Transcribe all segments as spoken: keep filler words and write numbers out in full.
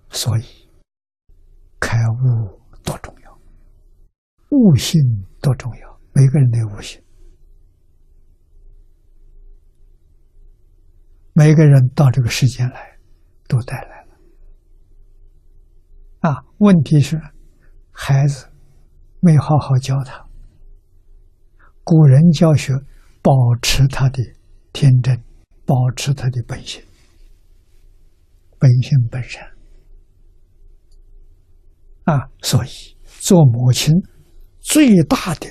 所以开悟多重要，悟性多重要，每个人的悟性，每个人到这个世间来都带来了啊。问题是孩子没好好教他，古人教学保持他的天真，保持他的本性，本性本善啊。所以做母亲最大的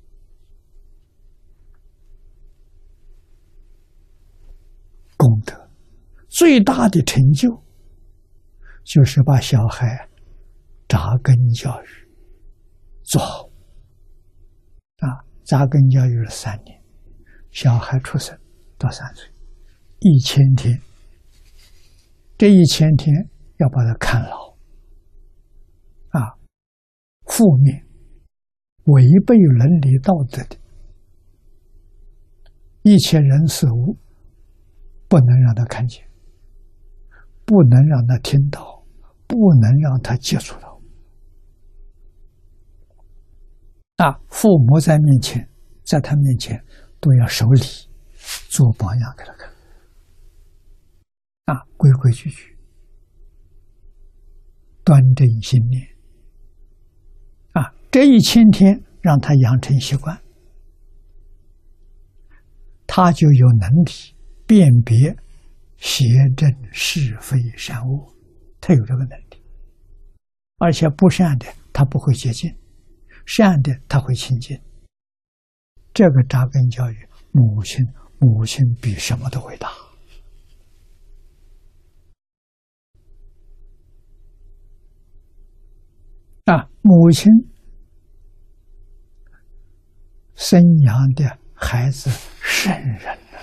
功德，最大的成就，就是把小孩扎根教育做好啊。扎根教育了三年，小孩出生到三岁，一千天，这一千天要把他看牢啊，负面违背伦理道德的一切人事物，不能让他看见，不能让他听到，不能让他接触到啊。父母在面前，在他面前都要守礼，做榜样给他看啊，规规矩矩，端正心念啊。这一千天让他养成习惯，他就有能力辨别邪正是非善恶，他有这个能力。而且不善的他不会接近，善的他会亲近。这个扎根教育，母亲母亲比什么都伟大啊！母亲生养的孩子圣人呢，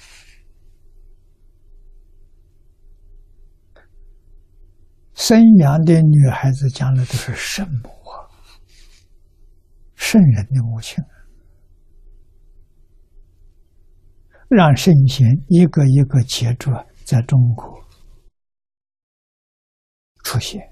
生养的女孩子将来都是圣母啊，圣人的母亲，让圣贤一个一个杰出在中国出现。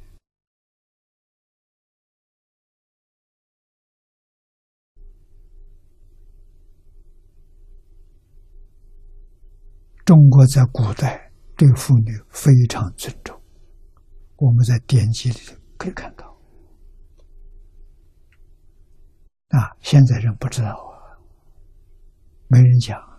中国在古代对妇女非常尊重，我们在典籍里可以看到啊。现在人不知道啊，没人讲。